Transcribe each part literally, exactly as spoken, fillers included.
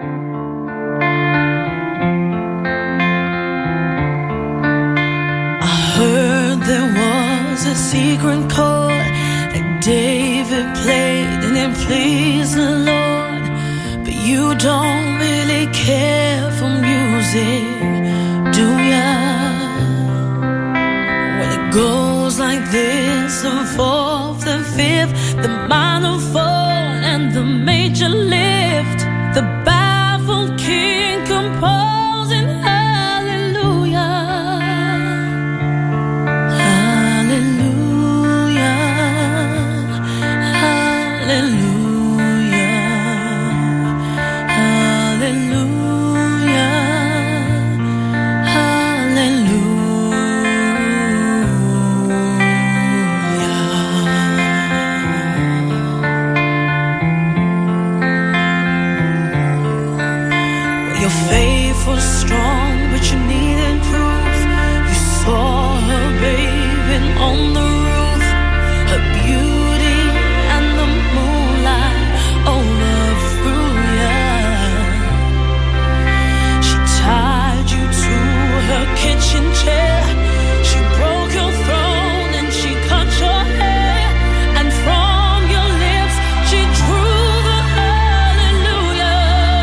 Secret chord that David played and it pleased the Lord, but you don't really care for music, do ya? When it goes like this, the fourth, the fifth, the minor fall and the major lift, the baffled king composing hallelujah. Strong, but you needed proof. You saw her bathing on the roof, her beauty and the moonlight overthrew ya. She tied you to her kitchen chair, she broke your throne and she cut your hair, and from your lips she drew the hallelujah.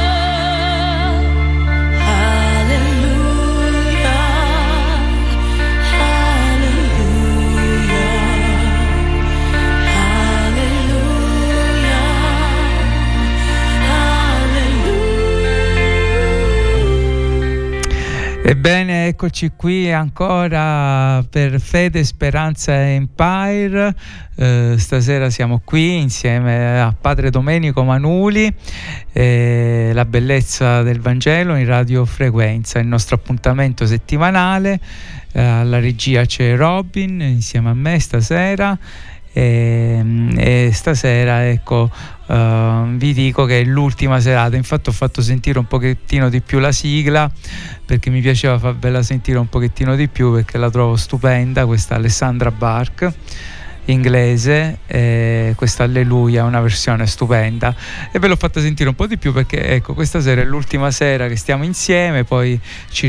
Ebbene, eccoci qui ancora per Fede, Speranza e Empire. Eh, stasera siamo qui insieme a Padre Domenico Manuli, eh, La bellezza del Vangelo in radiofrequenza, il nostro appuntamento settimanale. Eh, alla regia c'è Robin insieme a me stasera. E, e stasera ecco uh, vi dico che è l'ultima serata. Infatti ho fatto sentire un pochettino di più la sigla perché mi piaceva farvela sentire un pochettino di più, perché la trovo stupenda, questa Alessandra Burke inglese, e questa Alleluia è una versione stupenda e ve l'ho fatta sentire un po' di più perché ecco, questa sera è l'ultima sera che stiamo insieme, poi ci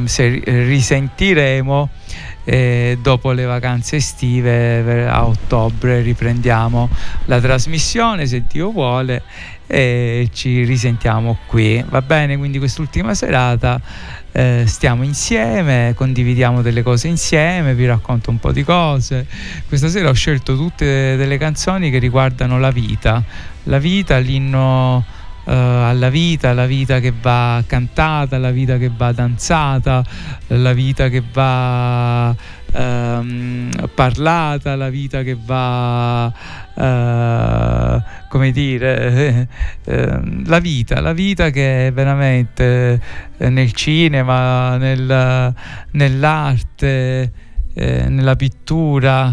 risentiremo e dopo le vacanze estive a ottobre riprendiamo la trasmissione, se Dio vuole, e ci risentiamo qui, va bene? Quindi quest'ultima serata eh, stiamo insieme, condividiamo delle cose insieme, vi racconto un po' di cose. Questa sera ho scelto tutte delle canzoni che riguardano la vita, la vita, l'inno Uh, alla vita, la vita che va cantata, la vita che va danzata, la vita che va uh, parlata, la vita che va uh, come dire uh, la vita, la vita che è veramente uh, nel cinema, nel, nell'arte, uh, nella pittura,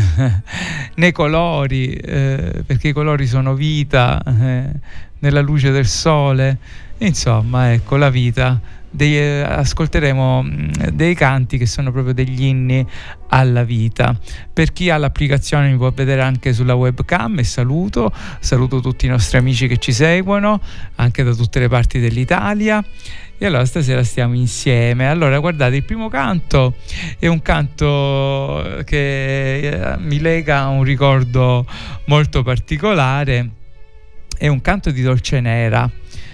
nei colori, uh, perché i colori sono vita, uh, nella luce del sole, insomma ecco la vita. Dei, eh, ascolteremo mh, dei canti che sono proprio degli inni alla vita. Per chi ha l'applicazione mi può vedere anche sulla webcam, e saluto saluto tutti i nostri amici che ci seguono anche da tutte le parti dell'Italia. E allora stasera stiamo insieme. Allora guardate, il primo canto è un canto che eh, mi lega a un ricordo molto particolare. È un canto di Dolcenera,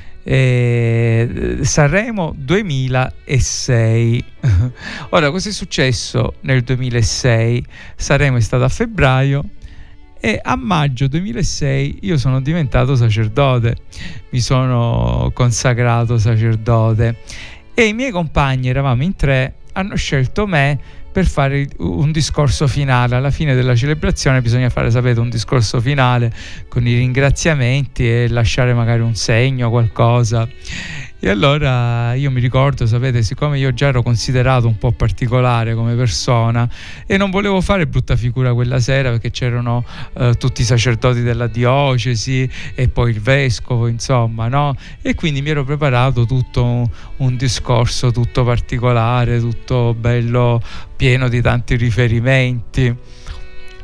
eh, Sanremo duemilasei. Ora, cosa è successo nel duemilasei? Sanremo è stato a febbraio e a maggio duemilasei io sono diventato sacerdote, mi sono consacrato sacerdote e i miei compagni, eravamo in tre, hanno scelto me per fare un discorso finale. Alla fine della celebrazione bisogna fare, sapete, un discorso finale con i ringraziamenti e lasciare magari un segno, qualcosa. E allora io mi ricordo, sapete, siccome io già ero considerato un po' particolare come persona e non volevo fare brutta figura quella sera, perché c'erano eh, tutti i sacerdoti della diocesi e poi il vescovo, insomma, no? E quindi mi ero preparato tutto un, un discorso tutto particolare, tutto bello, pieno di tanti riferimenti.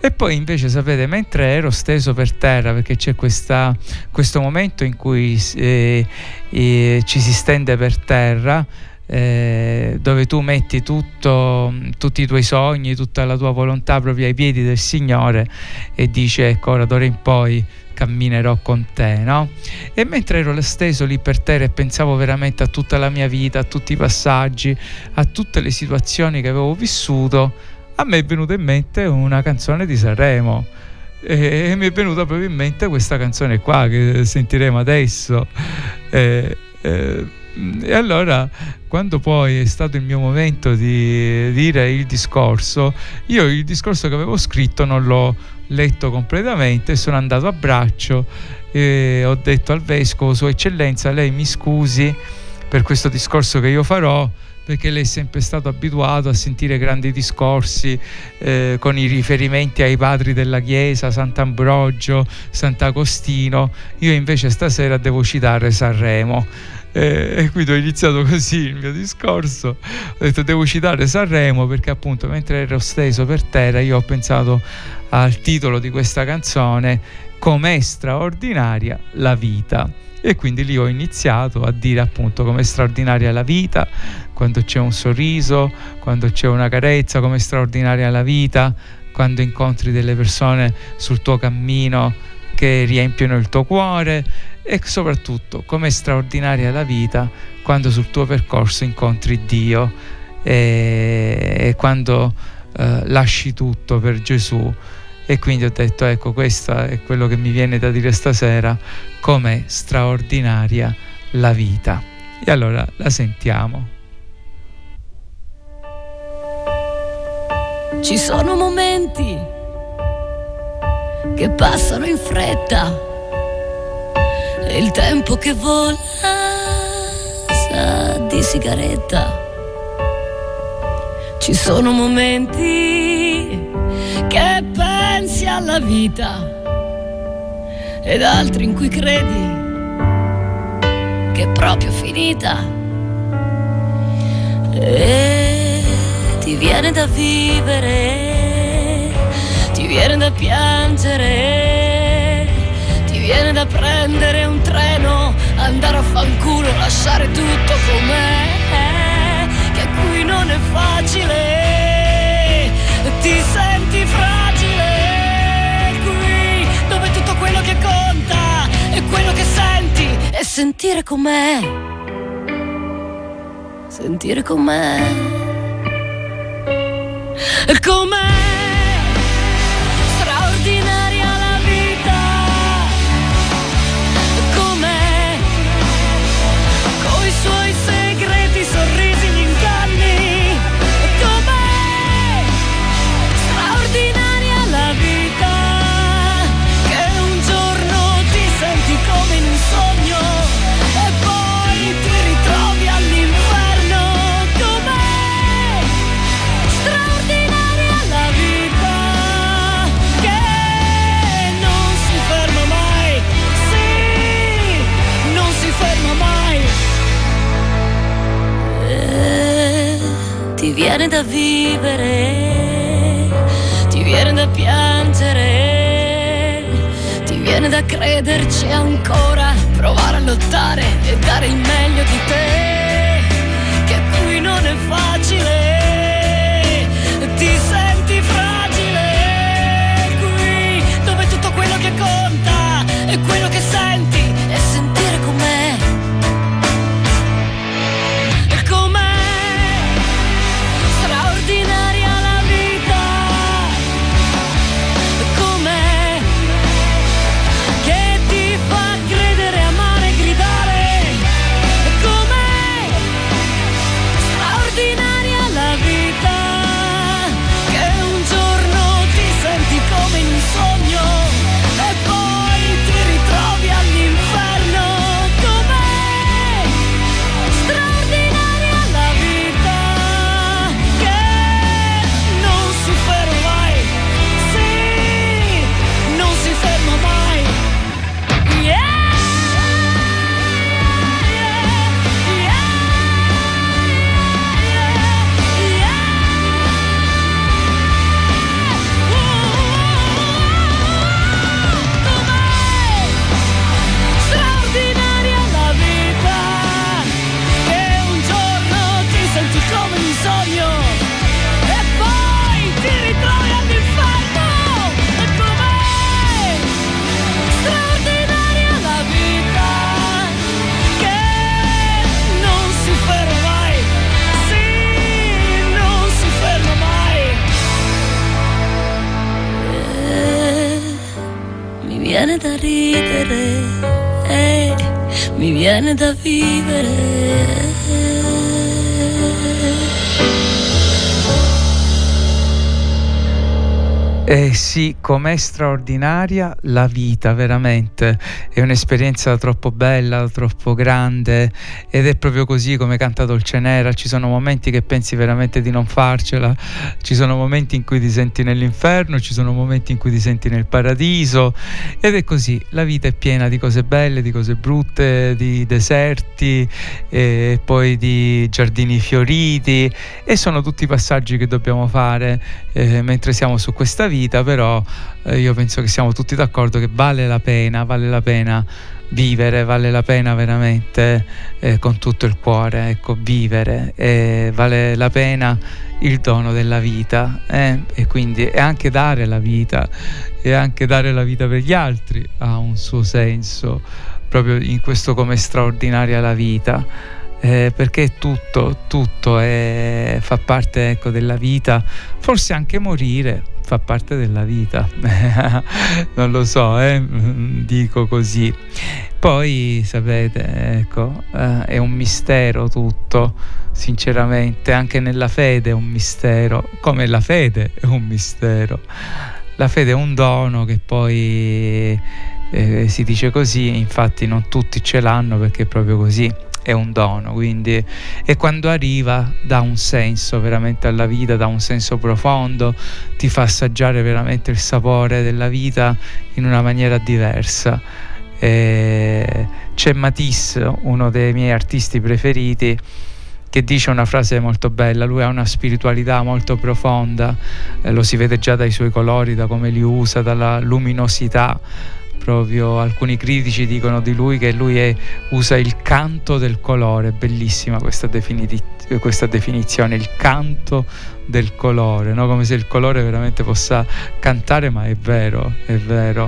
E poi invece sapete, mentre ero steso per terra, perché c'è questa, questo momento in cui eh, eh, ci si stende per terra, eh, dove tu metti tutto, tutti i tuoi sogni, tutta la tua volontà proprio ai piedi del Signore e dici ecco, ora d'ora in poi camminerò con te, no? E mentre ero steso lì per terra e pensavo veramente a tutta la mia vita, a tutti i passaggi, a tutte le situazioni che avevo vissuto, a me è venuta in mente una canzone di Sanremo e mi è venuta proprio in mente questa canzone qua che sentiremo adesso e, e, e allora quando poi è stato il mio momento di dire il discorso, io il discorso che avevo scritto non l'ho letto completamente, sono andato a braccio e ho detto al vescovo: Sua Eccellenza, lei mi scusi per questo discorso che io farò, perché lei è sempre stato abituato a sentire grandi discorsi eh, con i riferimenti ai padri della Chiesa, Sant'Ambrogio, Sant'Agostino. Io invece stasera devo citare Sanremo. Eh, e quindi ho iniziato così il mio discorso. Ho detto devo citare Sanremo perché appunto mentre ero steso per terra io ho pensato al titolo di questa canzone: Com'è straordinaria la vita. E quindi lì ho iniziato a dire appunto com'è straordinaria la vita, quando c'è un sorriso, quando c'è una carezza, com'è straordinaria la vita, quando incontri delle persone sul tuo cammino che riempiono il tuo cuore, e soprattutto com'è straordinaria la vita quando sul tuo percorso incontri Dio e, e quando eh, lasci tutto per Gesù. E quindi ho detto ecco, questo è quello che mi viene da dire stasera: com'è straordinaria la vita. E allora la sentiamo. Ci sono momenti che passano in fretta e il tempo che vola sa di sigaretta. Ci sono momenti che pensi alla vita ed altri in cui credi che è proprio finita e ti viene da vivere, ti viene da piangere, ti viene da prendere un treno, andare a fanculo, lasciare tutto com'è, che qui non è facile. Ti senti fragile qui, dove tutto quello che conta è quello che senti e sentire com'è, sentire com'è, com'è straordinaria la vita, com'è coi suoi segreti, sorrisi, gli inganni, com'è straordinaria la vita, che un giorno ti senti come in un sogno e poi ti ritrovi all'inferno, com'è straordinaria la vita, che non si ferma mai, sì, non si ferma mai. E ti viene da vivere, ti viene da piangere, ti viene da crederci ancora, provare a lottare e dare il meglio di te, che qui non è facile, ti senti fragile qui, dove tutto quello che conta è quello che senti e sentire com'è, com'è straordinaria la vita, com'è che ti fa credere, amare, gridare, com'è straordinaria la mi viene da vivere. Eh sì, com'è straordinaria la vita, veramente. È un'esperienza troppo bella, troppo grande, ed è proprio così come canta Dolcenera. Ci sono momenti che pensi veramente di non farcela, ci sono momenti in cui ti senti nell'inferno, ci sono momenti in cui ti senti nel paradiso, ed è così. La vita è piena di cose belle, di cose brutte, di deserti e poi di giardini fioriti, e sono tutti passaggi che dobbiamo fare eh, mentre siamo su questa vita. Vita, però eh, io penso che siamo tutti d'accordo che vale la pena, vale la pena vivere, vale la pena veramente eh, con tutto il cuore, ecco, vivere, e vale la pena il dono della vita eh? E quindi e anche dare la vita, e anche dare la vita per gli altri ha un suo senso, proprio in questo come straordinaria la vita. Eh, perché tutto, tutto è, fa parte, ecco, della vita, forse anche morire fa parte della vita, non lo so, eh? Dico così. Poi sapete, ecco, eh, è un mistero tutto, sinceramente, anche nella fede è un mistero, come la fede è un mistero. La fede è un dono che poi eh, si dice così, infatti non tutti ce l'hanno perché è proprio così. È un dono, quindi, e quando arriva dà un senso veramente alla vita, dà un senso profondo, ti fa assaggiare veramente il sapore della vita in una maniera diversa. E c'è Matisse, uno dei miei artisti preferiti, che dice una frase molto bella. Lui ha una spiritualità molto profonda, eh, lo si vede già dai suoi colori, da come li usa, dalla luminosità. Proprio alcuni critici dicono di lui che lui è, usa il canto del colore. Bellissima questa, definiti- questa definizione, il canto del colore, no? Come se il colore veramente possa cantare, ma è vero, è vero.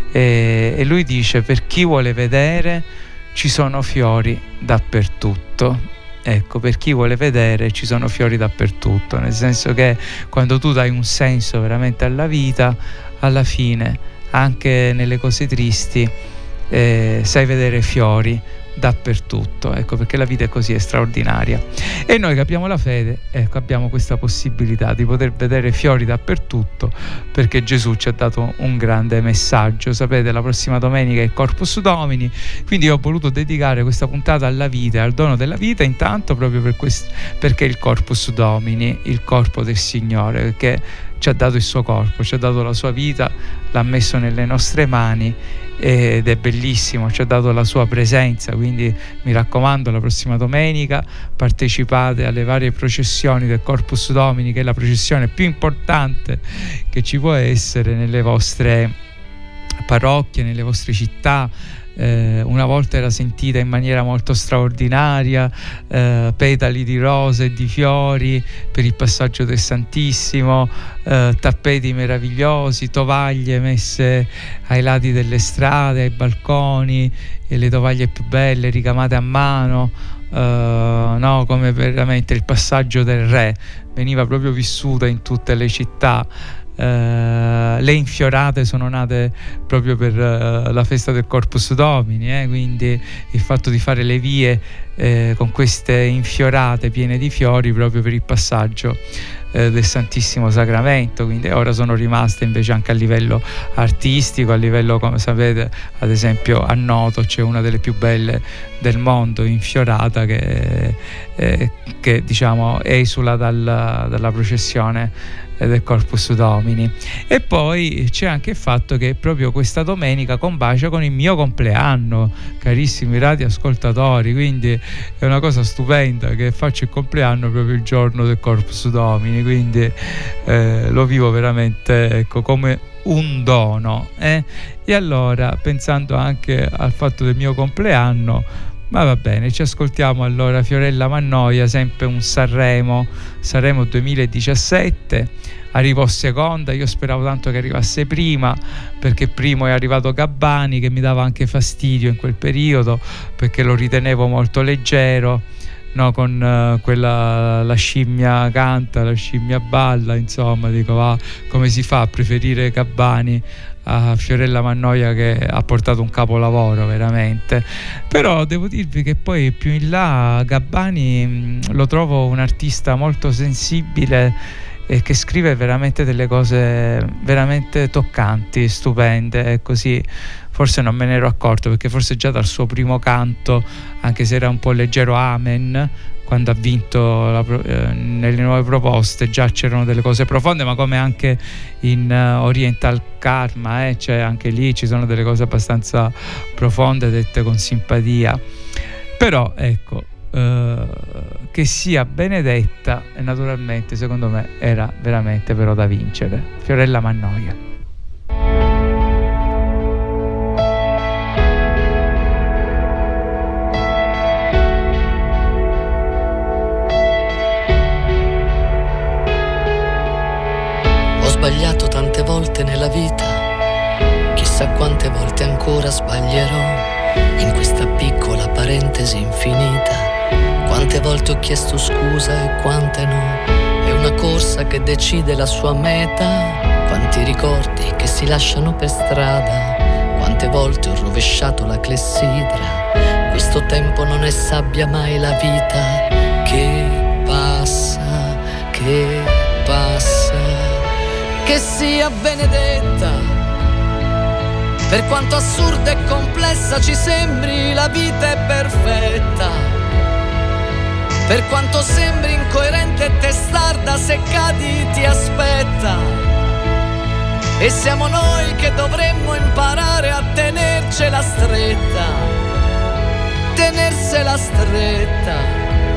E, e lui dice: per chi vuole vedere ci sono fiori dappertutto. Ecco, per chi vuole vedere ci sono fiori dappertutto, nel senso che quando tu dai un senso veramente alla vita, alla fine anche nelle cose tristi eh, sai vedere fiori dappertutto, ecco, perché la vita è così, è straordinaria. E noi che abbiamo la fede, ecco, abbiamo questa possibilità di poter vedere fiori dappertutto, perché Gesù ci ha dato un grande messaggio. Sapete, la prossima domenica è Corpus Domini, quindi io ho voluto dedicare questa puntata alla vita, al dono della vita, intanto proprio per questo, perché il Corpus Domini, il corpo del Signore, perché ci ha dato il suo corpo, ci ha dato la sua vita, l'ha messo nelle nostre mani ed è bellissimo, ci ha dato la sua presenza. Quindi mi raccomando, la prossima domenica partecipate alle varie processioni del Corpus Domini, che è la processione più importante che ci può essere nelle vostre parrocchie, nelle vostre città. Eh, una volta era sentita in maniera molto straordinaria, eh, petali di rose e di fiori per il passaggio del Santissimo, eh, tappeti meravigliosi, tovaglie messe ai lati delle strade, ai balconi, e le tovaglie più belle ricamate a mano, eh, no, come veramente il passaggio del re veniva proprio vissuta in tutte le città. Uh, le infiorate sono nate proprio per uh, la festa del Corpus Domini, eh? Quindi il fatto di fare le vie eh, con queste infiorate piene di fiori proprio per il passaggio eh, del Santissimo Sacramento. Quindi ora sono rimaste invece anche a livello artistico, a livello, come sapete, ad esempio a Noto c'è una delle più belle del mondo infiorata che, eh, che diciamo esula dal, dalla processione del Corpus Domini. E poi c'è anche il fatto che proprio questa domenica combacia con il mio compleanno, carissimi radioascoltatori, quindi è una cosa stupenda che faccio il compleanno proprio il giorno del Corpus Domini, quindi eh, lo vivo veramente, ecco, come un dono, eh? E allora, pensando anche al fatto del mio compleanno, ma va bene, ci ascoltiamo allora Fiorella Mannoia, sempre un Sanremo, Sanremo duemiladiciassette, arrivò seconda. Io speravo tanto che arrivasse prima, perché primo è arrivato Gabbani, che mi dava anche fastidio in quel periodo, perché lo ritenevo molto leggero, no, con uh, quella la scimmia canta, la scimmia balla, insomma, dico, va, come si fa a preferire Gabbani a Fiorella Mannoia, che ha portato un capolavoro veramente. Però devo dirvi che poi più in là Gabbani mh, lo trovo un artista molto sensibile e che scrive veramente delle cose veramente toccanti, stupende, e così forse non me ne ero accorto, perché forse già dal suo primo canto, anche se era un po' leggero, Amen, quando ha vinto la, eh, nelle nuove proposte, già c'erano delle cose profonde, ma come anche in uh, Oriental Karma, eh, cioè anche lì ci sono delle cose abbastanza profonde dette con simpatia. Però ecco, uh, che sia Benedetta, e naturalmente secondo me era veramente però da vincere, Fiorella Mannoia. Ho sbagliato tante volte nella vita, chissà quante volte ancora sbaglierò in questa piccola parentesi infinita. Quante volte ho chiesto scusa e quante no, è una corsa che decide la sua meta. Quanti ricordi che si lasciano per strada, quante volte ho rovesciato la clessidra. Questo tempo non è sabbia mai la vita che passa, che passa. Che sia Benedetta, per quanto assurda e complessa ci sembri, la vita è perfetta. Per quanto sembri incoerente e testarda, se cadi ti aspetta. E siamo noi che dovremmo imparare a tenercela stretta, tenersela stretta.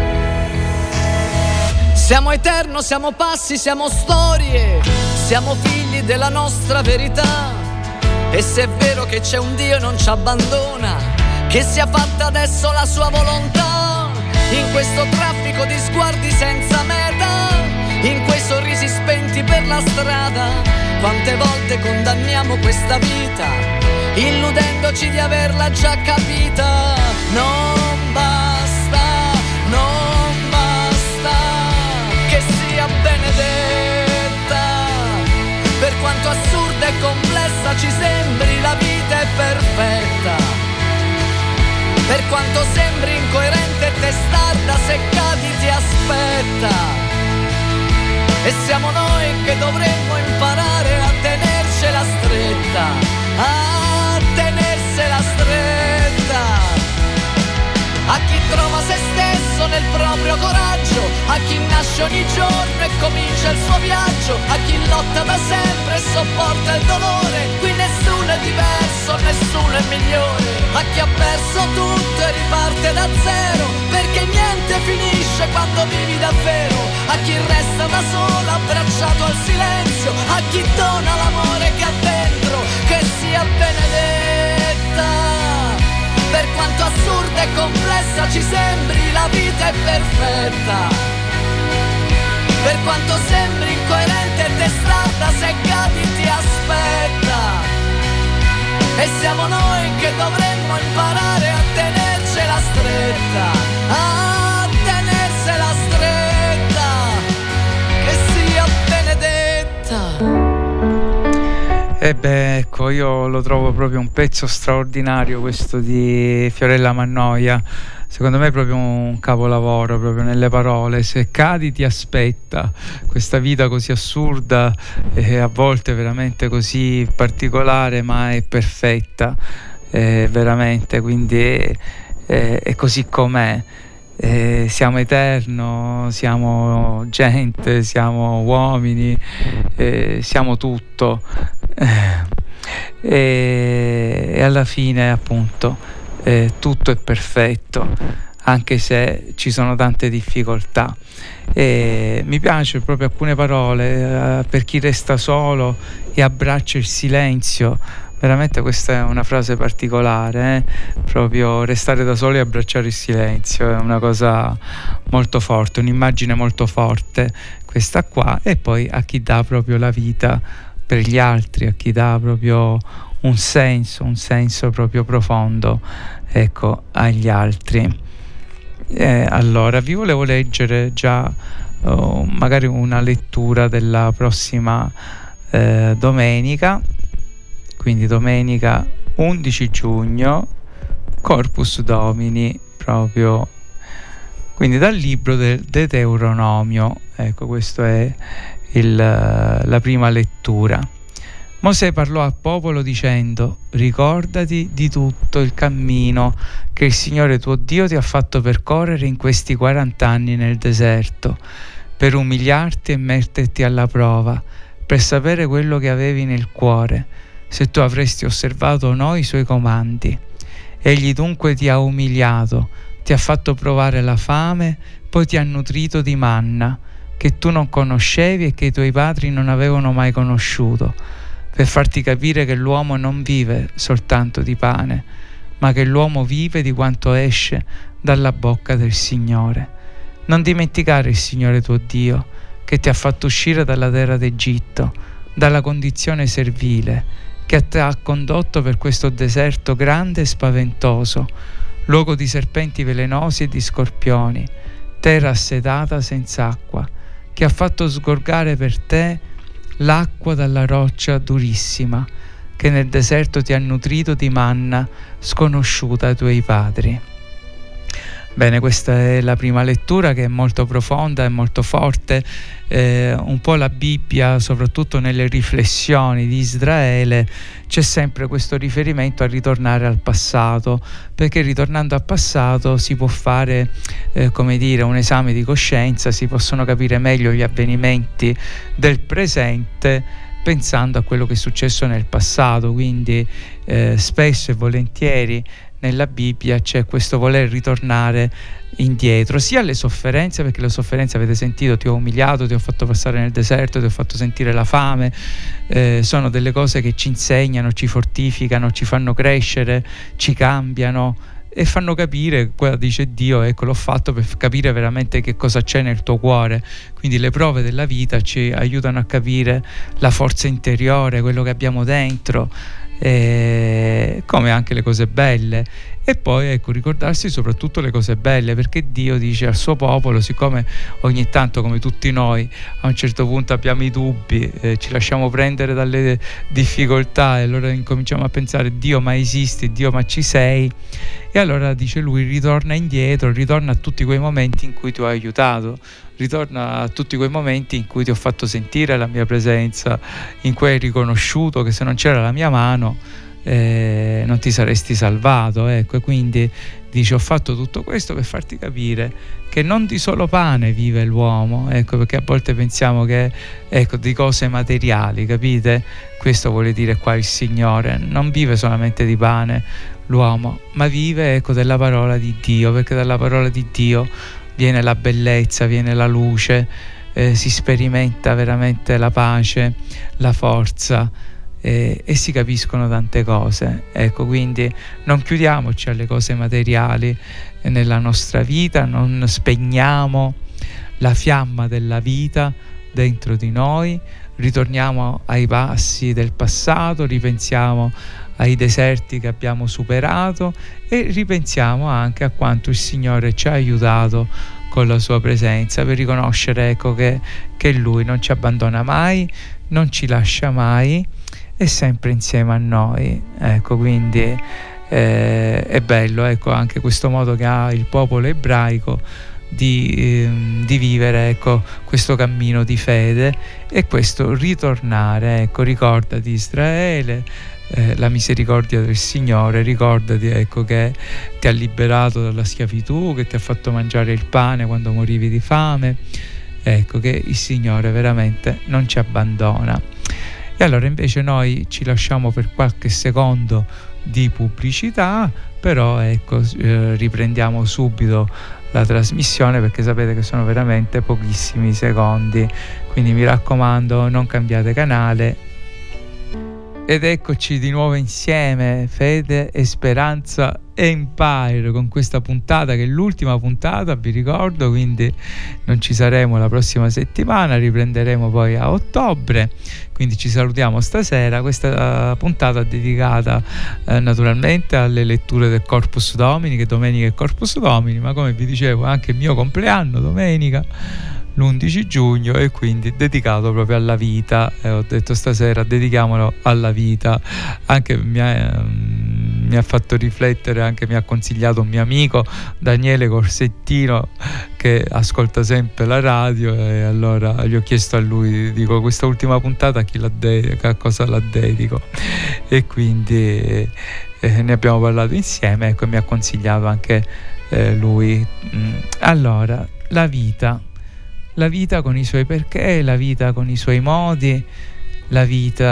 Siamo eterno, siamo passi, siamo storie, siamo figli della nostra verità. E se è vero che c'è un Dio e non ci abbandona, che sia fatta adesso la sua volontà. In questo traffico di sguardi senza meta, in quei sorrisi spenti per la strada, quante volte condanniamo questa vita, illudendoci di averla già capita. Non basta, non basta che sia Benedetta. Per quanto assurda e complessa ci sembri, la vita è perfetta. Per quanto sembri incoerente e testarda, se cadi ti aspetta. E siamo noi che dovremmo imparare a tenercela stretta, a tenersela stretta. A chi trova se stesso nel proprio coraggio, a chi nasce ogni giorno e comincia il suo viaggio, a chi lotta da sempre e sopporta il dolore. Qui nessuno è diverso, nessuno è migliore. A chi ha perso tutto e riparte da zero, perché niente finisce quando vivi davvero. A chi resta da solo abbracciato al silenzio, a chi dona l'amore che ha dentro, che sia Benedetta. Per quanto assurda e complessa ci sembri, la vita è perfetta. Per quanto sembri incoerente e testarda, se cadi ti aspetta. E siamo noi che dovremmo imparare a tenercela stretta, a tenersela stretta, che sia Benedetta. E beh, ecco, io lo trovo proprio un pezzo straordinario questo di Fiorella Mannoia. Secondo me è proprio un capolavoro, proprio nelle parole. Se cadi ti aspetta, questa vita così assurda e a volte veramente così particolare, ma è perfetta, è veramente, quindi è, è, è così com'è. Eh, siamo eterno, siamo gente, siamo uomini, eh, siamo tutto, eh, e, e alla fine appunto eh, tutto è perfetto, anche se ci sono tante difficoltà. E mi piace proprio alcune parole, eh, per chi resta solo e abbraccia il silenzio. Veramente questa è una frase particolare, eh? Proprio restare da soli e abbracciare il silenzio è una cosa molto forte, un'immagine molto forte questa qua. E poi a chi dà proprio la vita per gli altri, a chi dà proprio un senso, un senso proprio profondo, ecco, agli altri. Eh, allora, vi volevo leggere già uh, magari una lettura della prossima eh, domenica, quindi domenica undici giugno, Corpus Domini, proprio, quindi dal libro del Deuteronomio. Ecco, questa è il, la prima lettura. Mosè parlò al popolo dicendo: ricordati di tutto il cammino che il Signore tuo Dio ti ha fatto percorrere in questi quarant'anni nel deserto, per umiliarti e metterti alla prova, per sapere quello che avevi nel cuore, se tu avresti osservato o no i suoi comandi. Egli dunque ti ha umiliato, ti ha fatto provare la fame, poi ti ha nutrito di manna, che tu non conoscevi e che i tuoi padri non avevano mai conosciuto, per farti capire che l'uomo non vive soltanto di pane, ma che l'uomo vive di quanto esce dalla bocca del Signore. Non dimenticare il Signore tuo Dio, che ti ha fatto uscire dalla terra d'Egitto, dalla condizione servile, che ti ha condotto per questo deserto grande e spaventoso, luogo di serpenti velenosi e di scorpioni, terra assetata senza acqua, che ha fatto sgorgare per te l'acqua dalla roccia durissima, che nel deserto ti ha nutrito di manna sconosciuta ai tuoi padri. Bene, questa è la prima lettura, che è molto profonda e molto forte. Eh, un po' la Bibbia, soprattutto nelle riflessioni di Israele, c'è sempre questo riferimento a ritornare al passato, perché ritornando al passato si può fare eh, come dire un esame di coscienza, si possono capire meglio gli avvenimenti del presente pensando a quello che è successo nel passato. Quindi eh, spesso e volentieri nella Bibbia c'è questo voler ritornare indietro, sia alle sofferenze, perché le sofferenze, avete sentito, ti ho umiliato, ti ho fatto passare nel deserto, ti ho fatto sentire la fame, eh, sono delle cose che ci insegnano, ci fortificano, ci fanno crescere, ci cambiano e fanno capire, qua dice Dio, ecco, l'ho fatto per capire veramente che cosa c'è nel tuo cuore. Quindi le prove della vita ci aiutano a capire la forza interiore, quello che abbiamo dentro, eh, come anche le cose belle. E poi ecco, ricordarsi soprattutto le cose belle, perché Dio dice al suo popolo, siccome ogni tanto, come tutti noi, a un certo punto abbiamo i dubbi, eh, ci lasciamo prendere dalle difficoltà, e allora incominciamo a pensare: Dio, ma esisti? Dio, ma ci sei? E allora dice lui: ritorna indietro, ritorna a tutti quei momenti in cui ti ho aiutato, ritorna a tutti quei momenti in cui ti ho fatto sentire la mia presenza, in cui hai riconosciuto che se non c'era la mia mano Eh, non ti saresti salvato. Ecco, quindi dice: ho fatto tutto questo per farti capire che non di solo pane vive l'uomo. Ecco, perché a volte pensiamo che, ecco, di cose materiali, capite? Questo vuole dire qua il Signore: non vive solamente di pane l'uomo, ma vive, ecco, della parola di Dio, perché dalla parola di Dio viene la bellezza, viene la luce, eh, si sperimenta veramente la pace, la forza, E, e si capiscono tante cose. Ecco, quindi non chiudiamoci alle cose materiali nella nostra vita, non spegniamo la fiamma della vita dentro di noi, ritorniamo ai passi del passato, ripensiamo ai deserti che abbiamo superato e ripensiamo anche a quanto il Signore ci ha aiutato con la sua presenza, per riconoscere, ecco, che, che Lui non ci abbandona mai, non ci lascia mai, è sempre insieme a noi. Ecco, quindi eh, è bello, ecco, anche questo modo che ha il popolo ebraico di, eh, di vivere, ecco, questo cammino di fede e questo ritornare. Ecco, ricordati Israele, eh, la misericordia del Signore, ricordati, ecco, che ti ha liberato dalla schiavitù, che ti ha fatto mangiare il pane quando morivi di fame. Ecco, che il Signore veramente non ci abbandona. E allora invece noi ci lasciamo per qualche secondo di pubblicità, però ecco, eh, riprendiamo subito la trasmissione, perché sapete che sono veramente pochissimi secondi, quindi mi raccomando, non cambiate canale. Ed eccoci di nuovo insieme, Fede e Speranza Empire, con questa puntata che è l'ultima puntata, vi ricordo, quindi non ci saremo la prossima settimana, riprenderemo poi a ottobre, quindi ci salutiamo stasera. Questa puntata è dedicata eh, naturalmente alle letture del Corpus Domini, che domenica è Corpus Domini, ma come vi dicevo anche il mio compleanno domenica, l'undici giugno, e quindi dedicato proprio alla vita. E ho detto stasera dedichiamolo alla vita. Anche mi ha, mi ha fatto riflettere, anche mi ha consigliato un mio amico Daniele Corsettino, che ascolta sempre la radio, e allora gli ho chiesto a lui, dico, questa ultima puntata a chi la dedica, a cosa la dedico, e quindi eh, ne abbiamo parlato insieme, ecco, e mi ha consigliato anche eh, lui. Allora, la vita La vita con i suoi perché, la vita con i suoi modi, la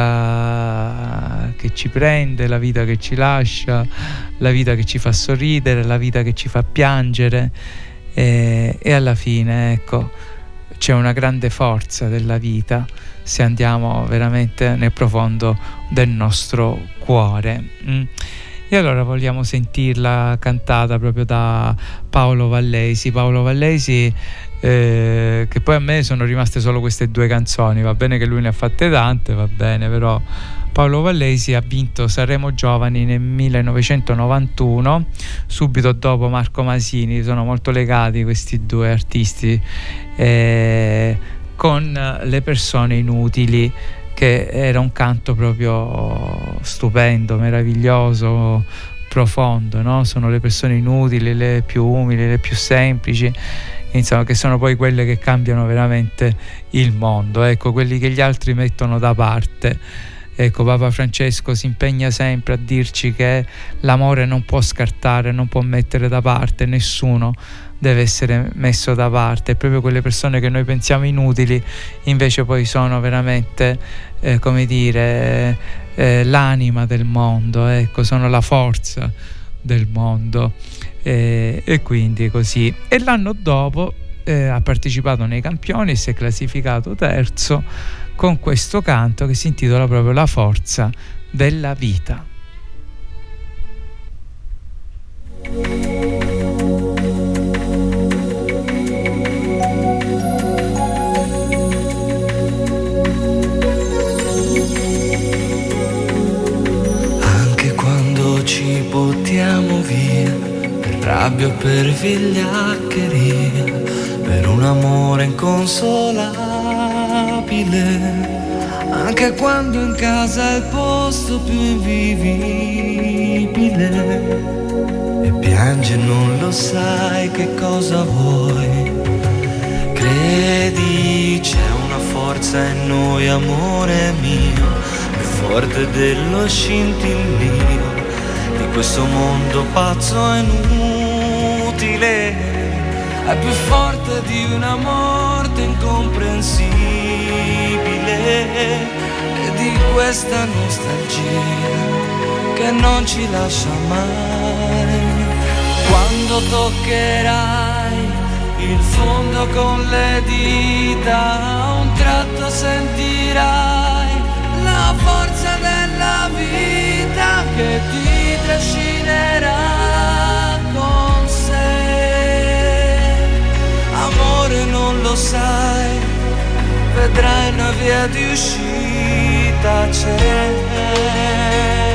vita che ci prende, la vita che ci lascia, la vita che ci fa sorridere, la vita che ci fa piangere, e, e alla fine, ecco, c'è una grande forza della vita se andiamo veramente nel profondo del nostro cuore. Mm. E allora vogliamo sentirla cantata proprio da Paolo Vallesi. Paolo Vallesi, eh, che poi a me sono rimaste solo queste due canzoni, va bene che lui ne ha fatte tante, va bene, però Paolo Vallesi ha vinto Sanremo Giovani nel millenovecentonovantuno, subito dopo Marco Masini. Sono molto legati questi due artisti, eh, con Le persone inutili, che era un canto proprio stupendo, meraviglioso, profondo, no? Sono le persone inutili, le più umili, le più semplici, insomma, che sono poi quelle che cambiano veramente il mondo, ecco, quelli che gli altri mettono da parte. Ecco, Papa Francesco si impegna sempre a dirci che l'amore non può scartare, non può mettere da parte, nessuno deve essere messo da parte. E proprio quelle persone che noi pensiamo inutili invece poi sono veramente, eh, come dire, eh, l'anima del mondo, ecco, sono la forza del mondo, eh, e quindi così. E l'anno dopo eh, ha partecipato nei campioni e si è classificato terzo con questo canto che si intitola proprio La forza della vita. Anche quando ci buttiamo via per rabbia o per vigliaccheria, per un amore inconsolabile, anche quando in casa è il posto più invivibile, e piangi e non lo sai che cosa vuoi. Credi, c'è una forza in noi, amore mio, più forte dello scintillio di questo mondo pazzo e inutile, è più forte di una morte incomprensibile, e di questa nostalgia che non ci lascia mai. Quando toccherai il fondo con le dita, a un tratto sentirai la forza della vita che ti trascinerà con sé. Amore, non lo sai, vedrai una via di uscita c'è.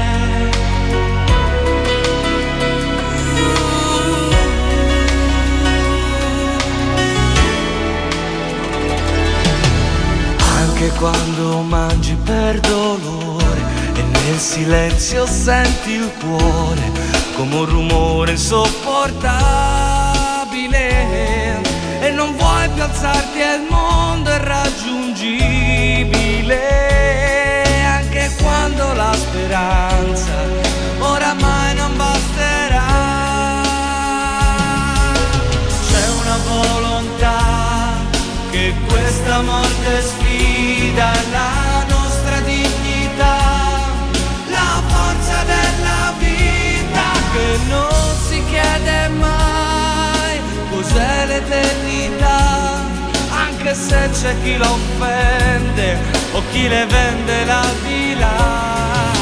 Anche quando mangi per dolore e nel silenzio senti il cuore come un rumore insopportabile, e non vuoi più alzarti e il mondo è raggiungibile, anche quando la speranza oramai non basterà. C'è una volontà che questa morte sfida, la nostra dignità, la forza della vita che non si chiede mai cos'è l'eternità, anche se c'è chi la offende o chi le vende l'aldilà.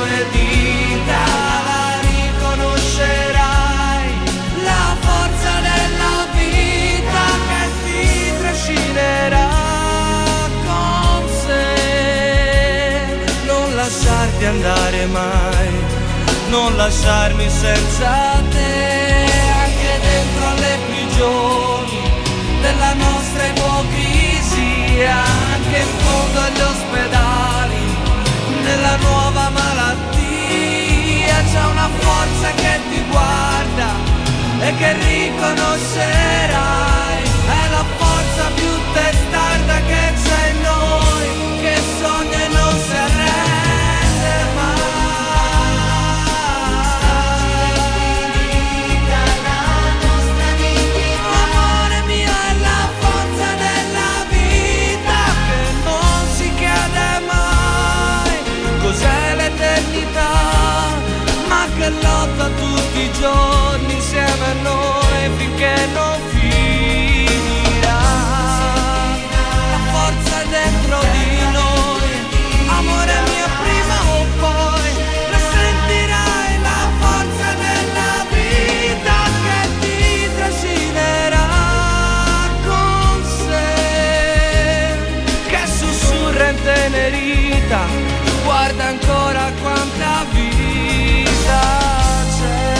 tue dita, la riconoscerai, la forza della vita che ti trascinerà con sé. Non lasciarti andare mai, non lasciarmi senza te, anche dentro alle prigioni della nostra ipocrisia, anche in fondo agli ospedali, nella nuova malattia, c'è una forza che ti guarda e che riconoscerai, è la forza più testarda che c'è in noi, che sogna e non si arrende mai. Amore mio, è la forza della vita che non si chiede mai cos'è l'eternità, ma che lotta tutti i giorni insieme a noi finché non finirà. La forza è dentro di noi, amore mio, prima o poi la sentirai, la forza della vita che ti trascinerà con sé, che sussurra intenerita, guarda ancora quanta vita c'è.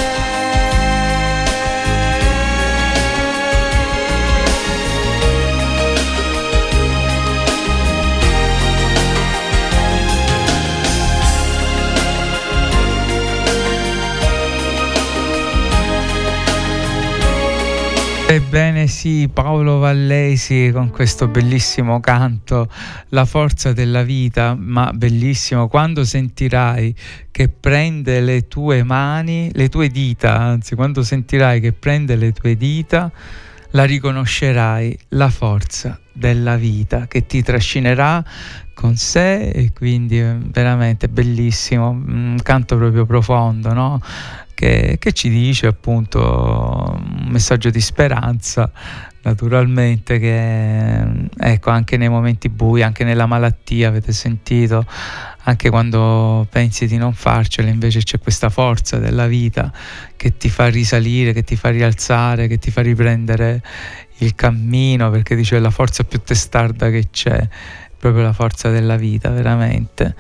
Ebbene sì, Paolo Vallesi con questo bellissimo canto, La forza della vita, ma bellissimo. Quando sentirai che prende le tue mani, le tue dita, anzi, quando sentirai che prende le tue dita, la riconoscerai, la forza della vita che ti trascinerà con sé, e quindi è veramente bellissimo, un canto proprio profondo, no? Che, che ci dice appunto un messaggio di speranza, naturalmente, che ecco, anche nei momenti bui, anche nella malattia, avete sentito, anche quando pensi di non farcela, invece c'è questa forza della vita che ti fa risalire, che ti fa rialzare, che ti fa riprendere il cammino, perché dice la forza più testarda che c'è, proprio la forza della vita, veramente.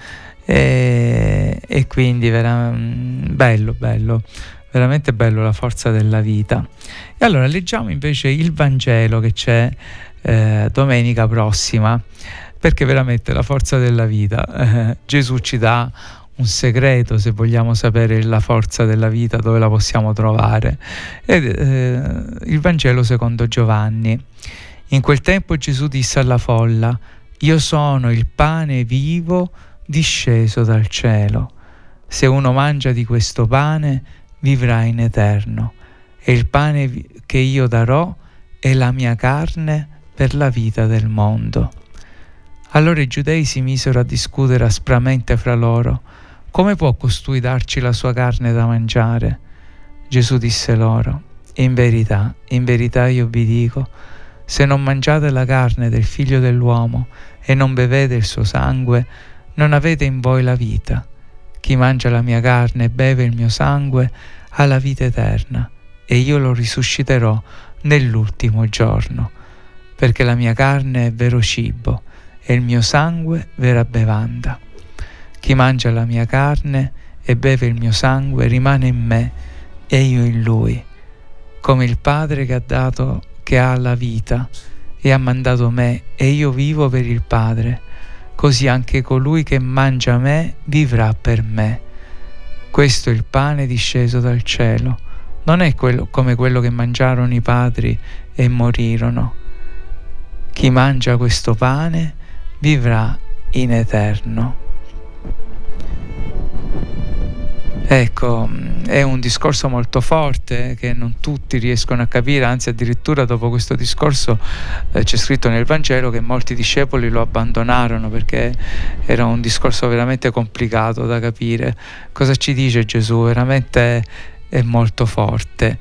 E, e quindi vera, bello, bello, veramente bello, la forza della vita. E allora leggiamo invece il Vangelo che c'è eh, domenica prossima, perché veramente la forza della vita, eh, Gesù ci dà un segreto se vogliamo sapere la forza della vita, dove la possiamo trovare. Ed, eh, il Vangelo secondo Giovanni. In quel tempo Gesù disse alla folla: io sono il pane vivo disceso dal cielo. Se uno mangia di questo pane vivrà in eterno, e il pane che io darò è la mia carne per la vita del mondo. Allora i giudei si misero a discutere aspramente fra loro: come può costui darci la sua carne da mangiare? Gesù disse loro: in verità, in verità io vi dico, se non mangiate la carne del Figlio dell'uomo e non bevete il suo sangue, non avete in voi la vita. Chi mangia la mia carne e beve il mio sangue ha la vita eterna, e io lo risusciterò nell'ultimo giorno, perché la mia carne è vero cibo e il mio sangue vera bevanda. Chi mangia la mia carne e beve il mio sangue rimane in me e io in lui, come il Padre che ha dato, che ha la vita e ha mandato me, e io vivo per il Padre. Così anche colui che mangia me vivrà per me. Questo è il pane disceso dal cielo. Non è quello, come quello che mangiarono i padri e morirono. Chi mangia questo pane vivrà in eterno. Ecco, è un discorso molto forte che non tutti riescono a capire, anzi addirittura dopo questo discorso eh, c'è scritto nel Vangelo che molti discepoli lo abbandonarono perché era un discorso veramente complicato da capire. Cosa ci dice Gesù? Veramente è molto forte,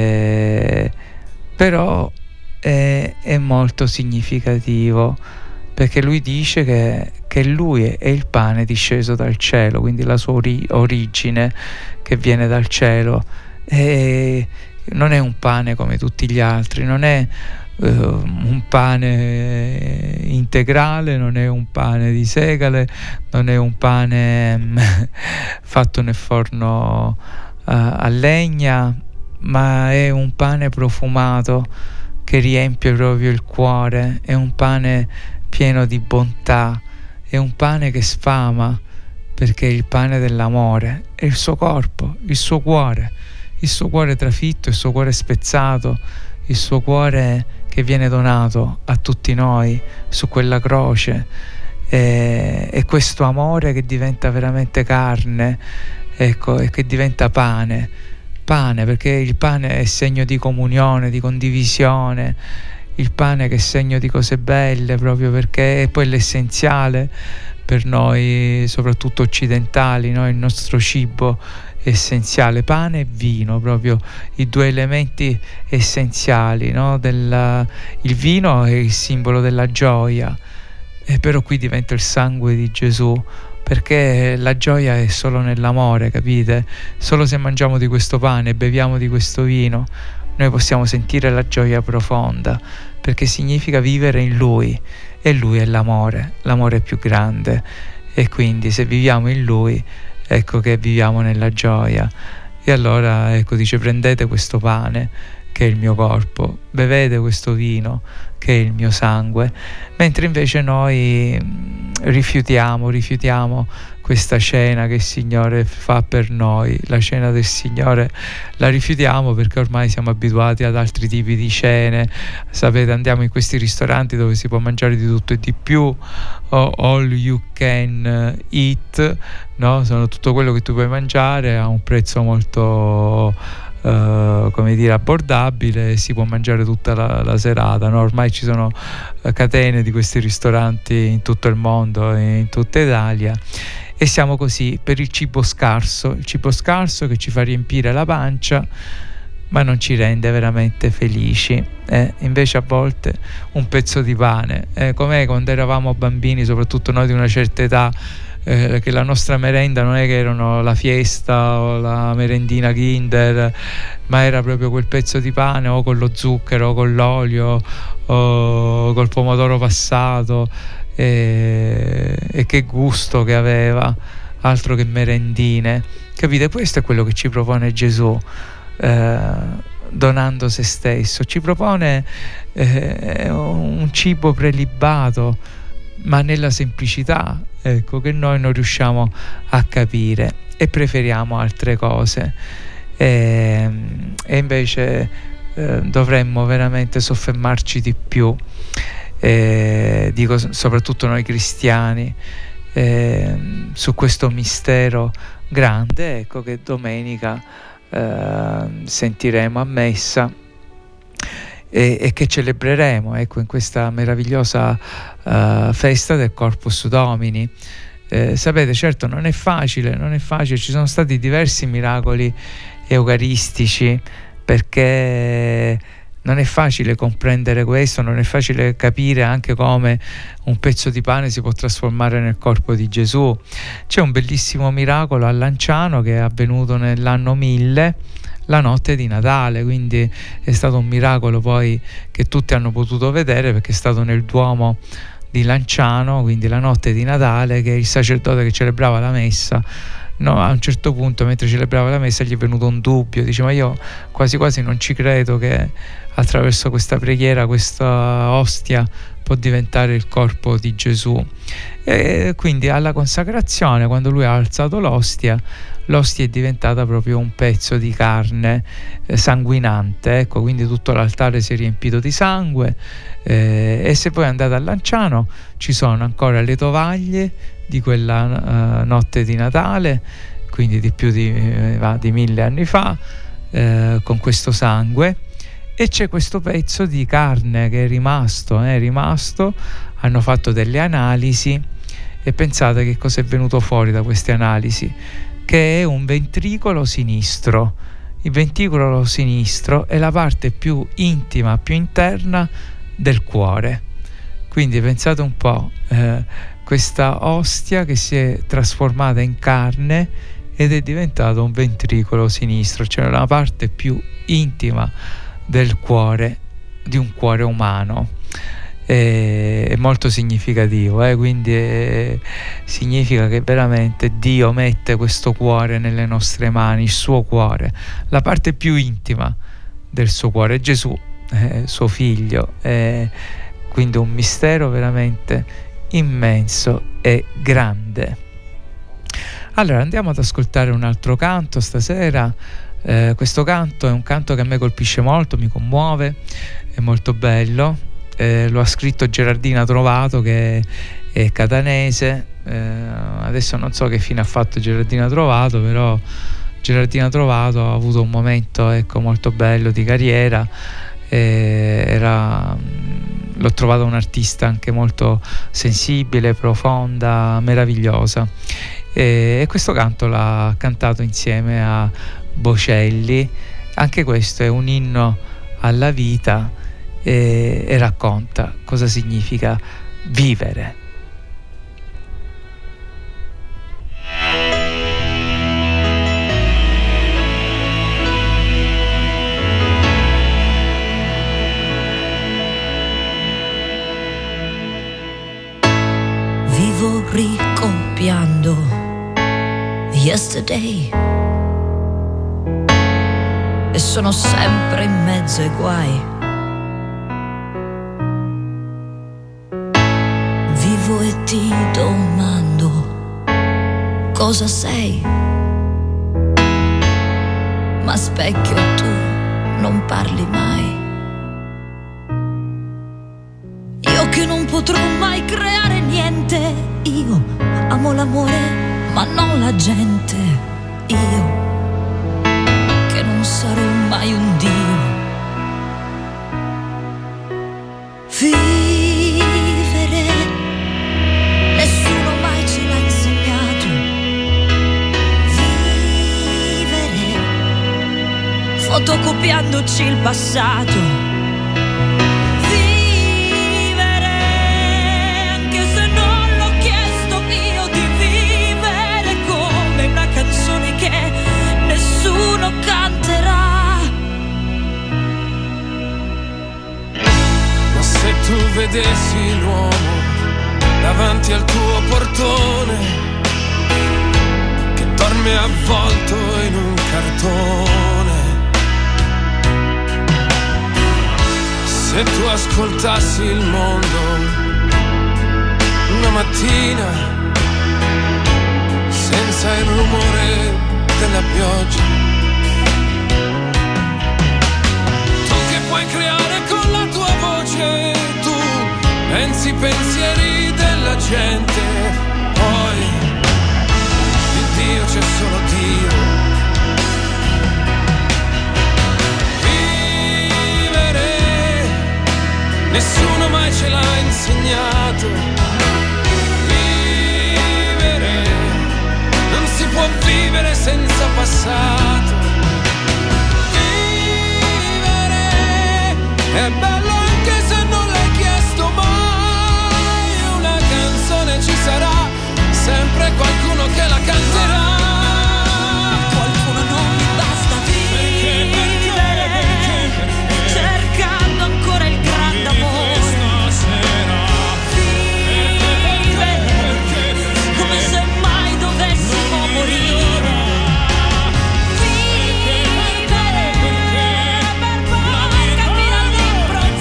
eh, però è, è molto significativo. perché lui dice che, che lui è il pane disceso dal cielo, quindi la sua ori- origine che viene dal cielo. E non è un pane come tutti gli altri, non è uh, un pane integrale, non è un pane di segale, non è un pane fatto nel forno uh, a legna, ma è un pane profumato che riempie proprio il cuore, è un pane pieno di bontà, è un pane che sfama, perché è il pane dell'amore, è il suo corpo, il suo cuore, il suo cuore trafitto, il suo cuore spezzato, il suo cuore che viene donato a tutti noi su quella croce, e, e questo amore che diventa veramente carne, ecco, e che diventa pane, pane, perché il pane è segno di comunione, di condivisione, il pane che è segno di cose belle, proprio perché è poi l'essenziale per noi, soprattutto occidentali, no? Il nostro cibo essenziale, pane e vino, proprio i due elementi essenziali, no? Del, il vino è il simbolo della gioia, e però qui diventa il sangue di Gesù, perché la gioia è solo nell'amore, capite? Solo se mangiamo di questo pane e beviamo di questo vino noi possiamo sentire la gioia profonda, perché significa vivere in Lui, e Lui è l'amore, l'amore più grande, e quindi se viviamo in Lui, ecco che viviamo nella gioia. E allora, ecco, dice: prendete questo pane che è il mio corpo, bevete questo vino che è il mio sangue, mentre invece noi rifiutiamo, rifiutiamo questa cena che il Signore fa per noi. La cena del Signore la rifiutiamo perché ormai siamo abituati ad altri tipi di cene, sapete, andiamo in questi ristoranti dove si può mangiare di tutto e di più, o all you can eat, no? Sono tutto quello che tu puoi mangiare a un prezzo molto Uh, come dire, abbordabile, e si può mangiare tutta la, la serata, no? Ormai ci sono uh, catene di questi ristoranti in tutto il mondo, in tutta Italia, e siamo così per il cibo scarso, il cibo scarso che ci fa riempire la pancia ma non ci rende veramente felici. Eh? Invece a volte un pezzo di pane, eh, com'è quando eravamo bambini, soprattutto noi di una certa età, Eh, che la nostra merenda non è che erano la Fiesta o la merendina Kinder, ma era proprio quel pezzo di pane, o con lo zucchero o con l'olio o col pomodoro passato, e, e che gusto che aveva, altro che merendine, capite? Questo è quello che ci propone Gesù, eh, donando se stesso, ci propone eh, un cibo prelibato, ma nella semplicità, ecco, che noi non riusciamo a capire e preferiamo altre cose, e, e invece eh, dovremmo veramente soffermarci di più, eh, dico soprattutto noi cristiani, eh, su questo mistero grande, ecco, che domenica eh, sentiremo a messa e, e che celebreremo, ecco, in questa meravigliosa uh, festa del Corpus Domini. Eh, sapete, certo non è facile, non è facile, ci sono stati diversi miracoli eucaristici, perché non è facile comprendere questo, non è facile capire anche come un pezzo di pane si può trasformare nel corpo di Gesù. C'è un bellissimo miracolo a Lanciano che è avvenuto nell'anno mille, la notte di Natale, quindi è stato un miracolo poi che tutti hanno potuto vedere, perché è stato nel Duomo di Lanciano, quindi la notte di Natale, che il sacerdote che celebrava la messa, no, a un certo punto mentre celebrava la messa gli è venuto un dubbio, dice: ma io quasi quasi non ci credo che attraverso questa preghiera questa ostia può diventare il corpo di Gesù. E quindi alla consacrazione, quando lui ha alzato l'ostia, l'ostia è diventata proprio un pezzo di carne eh, sanguinante, ecco, quindi tutto l'altare si è riempito di sangue, eh, e se poi andate a Lanciano ci sono ancora le tovaglie di quella uh, notte di Natale, quindi di più di, eh, di mille anni fa, eh, con questo sangue, e c'è questo pezzo di carne che è rimasto, è rimasto, hanno fatto delle analisi e pensate che cosa è venuto fuori da queste analisi, che è un ventricolo sinistro. Il ventricolo sinistro è la parte più intima, più interna del cuore. Quindi pensate un po', eh, questa ostia che si è trasformata in carne ed è diventato un ventricolo sinistro, cioè la parte più intima del cuore, di un cuore umano. È molto significativo, eh? Quindi è, significa che veramente Dio mette questo cuore nelle nostre mani, il suo cuore, la parte più intima del suo cuore, Gesù, eh, suo figlio. È quindi un mistero veramente immenso e grande. Allora andiamo ad ascoltare un altro canto stasera. Eh, questo canto è un canto che a me colpisce molto, mi commuove, è molto bello. Eh, lo ha scritto Gerardina Trovato, che è catanese. Eh, adesso non so che fine ha fatto Gerardina Trovato, però Gerardina Trovato ha avuto un momento, ecco, molto bello di carriera. Eh, era, l'ho trovata un'artista anche molto sensibile, profonda, meravigliosa. Eh, e questo canto l'ha cantato insieme a Bocelli. Anche questo è un inno alla vita, e, e racconta cosa significa vivere. Vivo ricopiando yesterday e sono sempre in mezzo ai guai. Vivo e ti domando cosa sei, ma specchio tu non parli mai. Io che non potrò mai creare niente, io amo l'amore ma non la gente, io che non sarò mai un dio. Vivere nessuno mai ce l'ha insegnato. Vivere fotocopiandoci il passato. Nessuno canterà. Ma se tu vedessi l'uomo davanti al tuo portone, che dorme avvolto in un cartone, se tu ascoltassi il mondo una mattina senza il rumore della pioggia, tu che puoi creare con la tua voce, tu pensi i pensieri della gente, poi di Dio c'è solo Dio. Vivere nessuno mai ce l'ha insegnato. Si può vivere senza passato. Vivere è bello anche se non l'hai chiesto mai. Una canzone ci sarà, sempre qualcuno che la canterà. Qualcuno non mi basta vivere, perché, perché, perché, cercando ancora il grande amore. Vivere per poi capire all'improvviso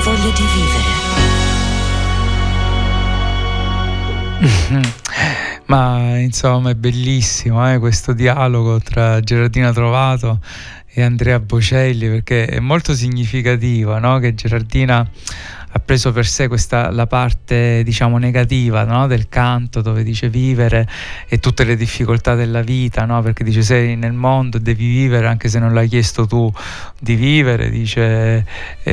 voglia di vivere. Ma insomma è bellissimo eh, questo dialogo tra Gerardina Trovato e Andrea Bocelli, perché è molto significativo, no? Che Gerardina ha preso per sé questa, la parte diciamo negativa, no? Del canto, dove dice vivere e tutte le difficoltà della vita, no? Perché dice sei nel mondo, devi vivere anche se non l'hai chiesto tu di vivere, dice e,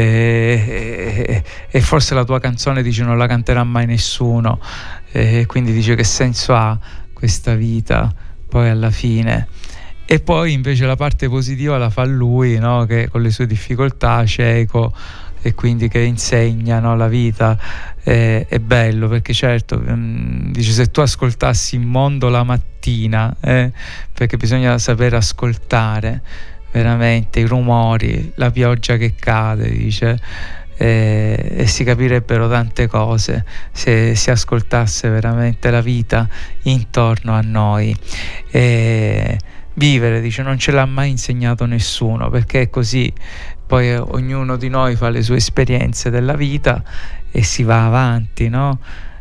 e, e forse la tua canzone, dice, non la canterà mai nessuno, e quindi dice che senso ha questa vita poi alla fine. E poi invece la parte positiva la fa lui, no? Che con le sue difficoltà, cieco, e quindi che insegna, no, la vita. Eh, è bello perché certo mh, dice, se tu ascoltassi il mondo la mattina, eh, perché bisogna saper ascoltare veramente i rumori, la pioggia che cade, dice, eh, e si capirebbero tante cose se si ascoltasse veramente la vita intorno a noi. Eh, vivere, dice, non ce l'ha mai insegnato nessuno, perché è così. Poi eh, ognuno di noi fa le sue esperienze della vita e si va avanti, no?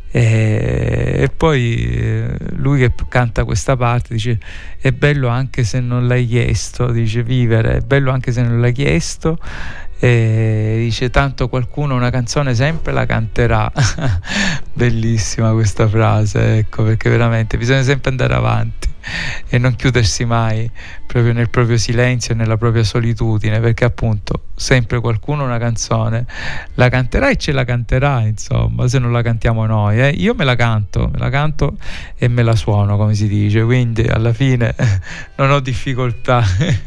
E, e poi eh, lui che canta questa parte dice è bello anche se non l'hai chiesto, dice vivere è bello anche se non l'hai chiesto, e dice tanto qualcuno una canzone sempre la canterà. Bellissima questa frase, ecco, perché veramente bisogna sempre andare avanti e non chiudersi mai proprio nel proprio silenzio e nella propria solitudine, perché appunto sempre qualcuno una canzone la canterà e ce la canterà, insomma, se non la cantiamo noi, eh. Io me la canto, me la canto e me la suono, come si dice, quindi alla fine non ho difficoltà.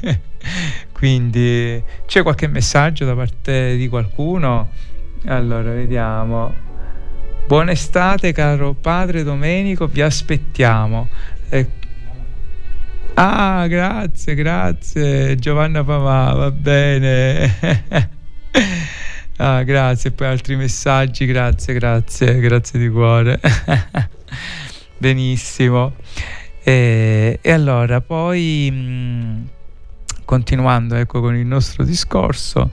Quindi c'è qualche messaggio da parte di qualcuno? Allora vediamo. Buona estate caro padre Domenico, vi aspettiamo. Eh, ah, grazie, grazie Giovanna Pamà, va bene. Ah, grazie, poi altri messaggi, grazie, grazie, grazie di cuore. Benissimo. E, e allora poi mh, continuando, ecco, con il nostro discorso,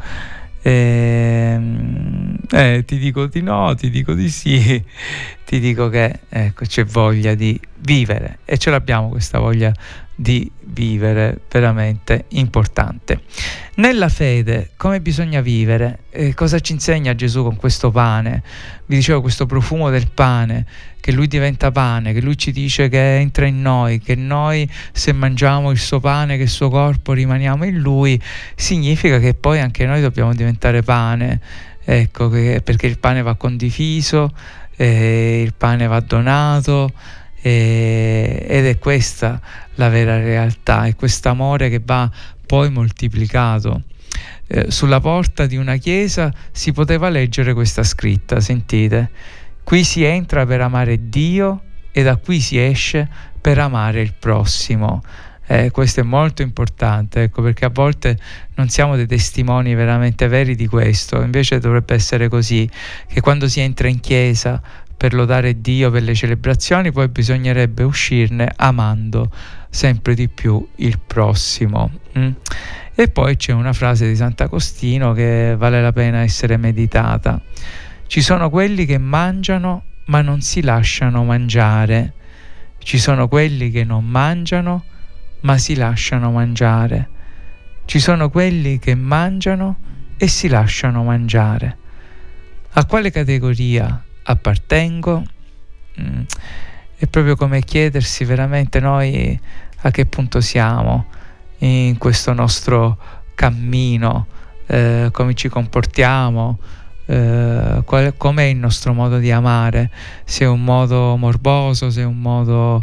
eh, eh, ti dico di no, ti dico di sì, ti dico che ecco, c'è voglia di vivere e ce l'abbiamo questa voglia di vivere veramente importante. Nella fede come bisogna vivere? Eh, cosa ci insegna Gesù con questo pane? Vi dicevo, questo profumo del pane, che lui diventa pane, che lui ci dice che entra in noi, che noi se mangiamo il suo pane, che il suo corpo, rimaniamo in lui, significa che poi anche noi dobbiamo diventare pane, ecco, che, perché il pane va condiviso, eh, il pane va donato, eh, ed è questa la vera realtà, è quest'amore che va poi moltiplicato. Eh, sulla porta di una chiesa si poteva leggere questa scritta, sentite: qui si entra per amare Dio e da qui si esce per amare il prossimo. Eh, questo è molto importante, ecco, perché a volte non siamo dei testimoni veramente veri di questo. Invece dovrebbe essere così, che quando si entra in chiesa per lodare Dio, per le celebrazioni, poi bisognerebbe uscirne amando sempre di più il prossimo. Mm? E poi c'è una frase di Sant'Agostino che vale la pena essere meditata: ci sono quelli che mangiano ma non si lasciano mangiare, ci sono quelli che non mangiano ma si lasciano mangiare, ci sono quelli che mangiano e si lasciano mangiare. A quale categoria appartengo? Mm. È proprio come chiedersi veramente noi a che punto siamo in questo nostro cammino, eh, come ci comportiamo, eh, qual, com'è il nostro modo di amare, se è un modo morboso, se è un modo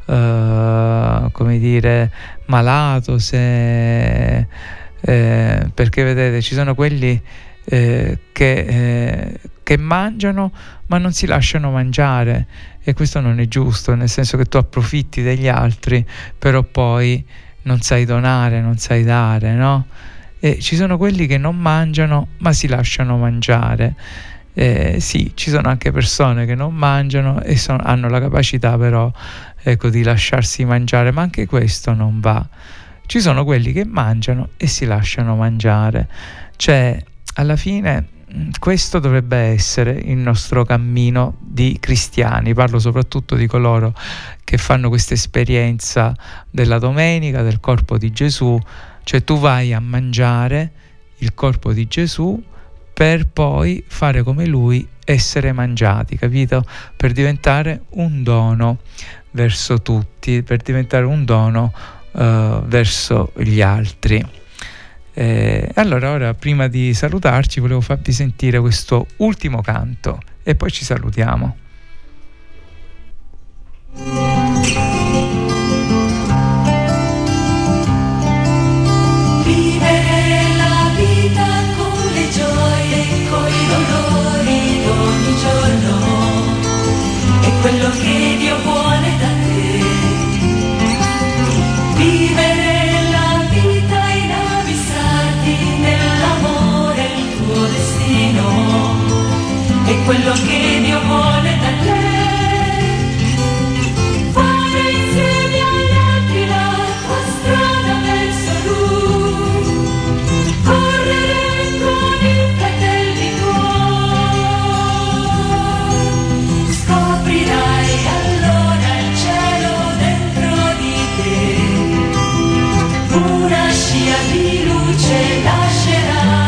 eh, come dire malato, se eh, perché vedete ci sono quelli eh, che, eh, che mangiano ma non si lasciano mangiare, e questo non è giusto, nel senso che tu approfitti degli altri però poi non sai donare, non sai dare, no? E ci sono quelli che non mangiano ma si lasciano mangiare. Eh, sì, ci sono anche persone che non mangiano e son, hanno la capacità però, ecco, di lasciarsi mangiare, ma anche questo non va. Ci sono quelli che mangiano e si lasciano mangiare, cioè alla fine questo dovrebbe essere il nostro cammino di cristiani. Parlo soprattutto di coloro che fanno questa esperienza della domenica, del corpo di Gesù, cioè tu vai a mangiare il corpo di Gesù per poi fare come lui, essere mangiati, capito? Per diventare un dono verso tutti, per diventare un dono uh, verso gli altri. Eh, allora, ora prima di salutarci volevo farvi sentire questo ultimo canto e poi ci salutiamo. Vivere la vita con le gioie, con i dolori d'ogni giorno, è quello che Dio vuole da te. Vivere la vita inabissarti nell'amore, il tuo destino, è quello che Dio vuole da te. Fare insieme agli altri la tua strada verso Lui, correre con i fratelli tuoi, scoprirai allora il cielo dentro di te, una scia di luce lascerà.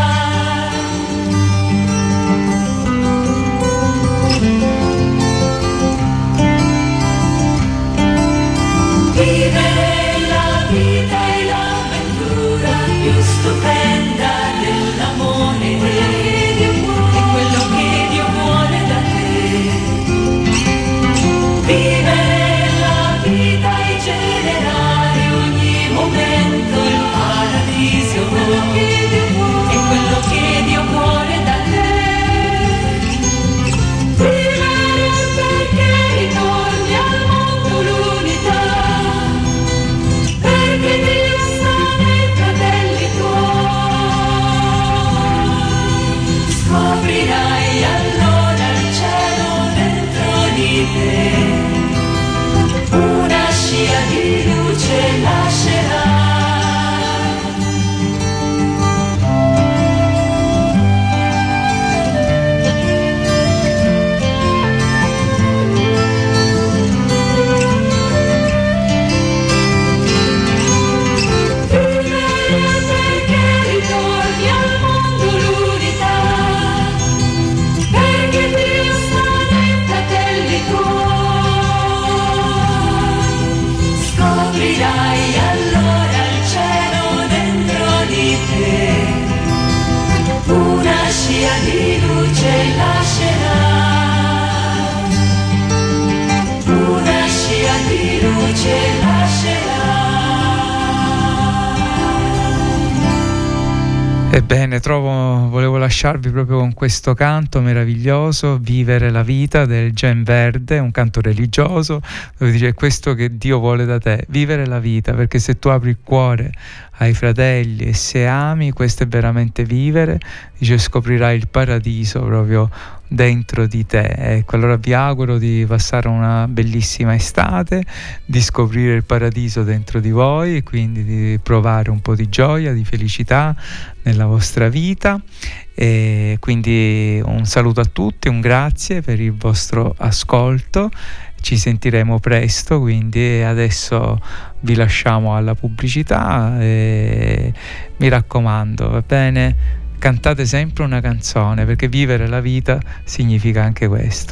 Vivere la vita e l'avventura più stupenda dell'amore, è quello che Dio vuole da te. Vivere la vita e generare ogni momento il paradiso, è quello che Dio vuole da te. Vivere perché ritorni al mondo l'unità, perché Dio sta nei fratelli tuoi, scoprirai allora il cielo dentro di te, una scia di luce lascerà. Perché ritorni al mondo l'unità, perché Dio sta nei fratelli tuoi, scoprirai allora il cielo dentro di te, una scia di luce lascerà, una scia di luce lascerà. Ebbene, trovo, volevo lasciarvi proprio con questo canto meraviglioso, Vivere la vita, del Gen Verde, un canto religioso, dove dice: è questo che Dio vuole da te, vivere la vita, perché se tu apri il cuore ai fratelli e se ami, questo è veramente vivere, dice, scoprirai il paradiso proprio dentro di te. Ecco, allora vi auguro di passare una bellissima estate, di scoprire il paradiso dentro di voi e quindi di provare un po' di gioia, di felicità nella vostra vita. E quindi un saluto a tutti, un grazie per il vostro ascolto, ci sentiremo presto, quindi adesso vi lasciamo alla pubblicità e mi raccomando, va bene? Cantate sempre una canzone, perché vivere la vita significa anche questo.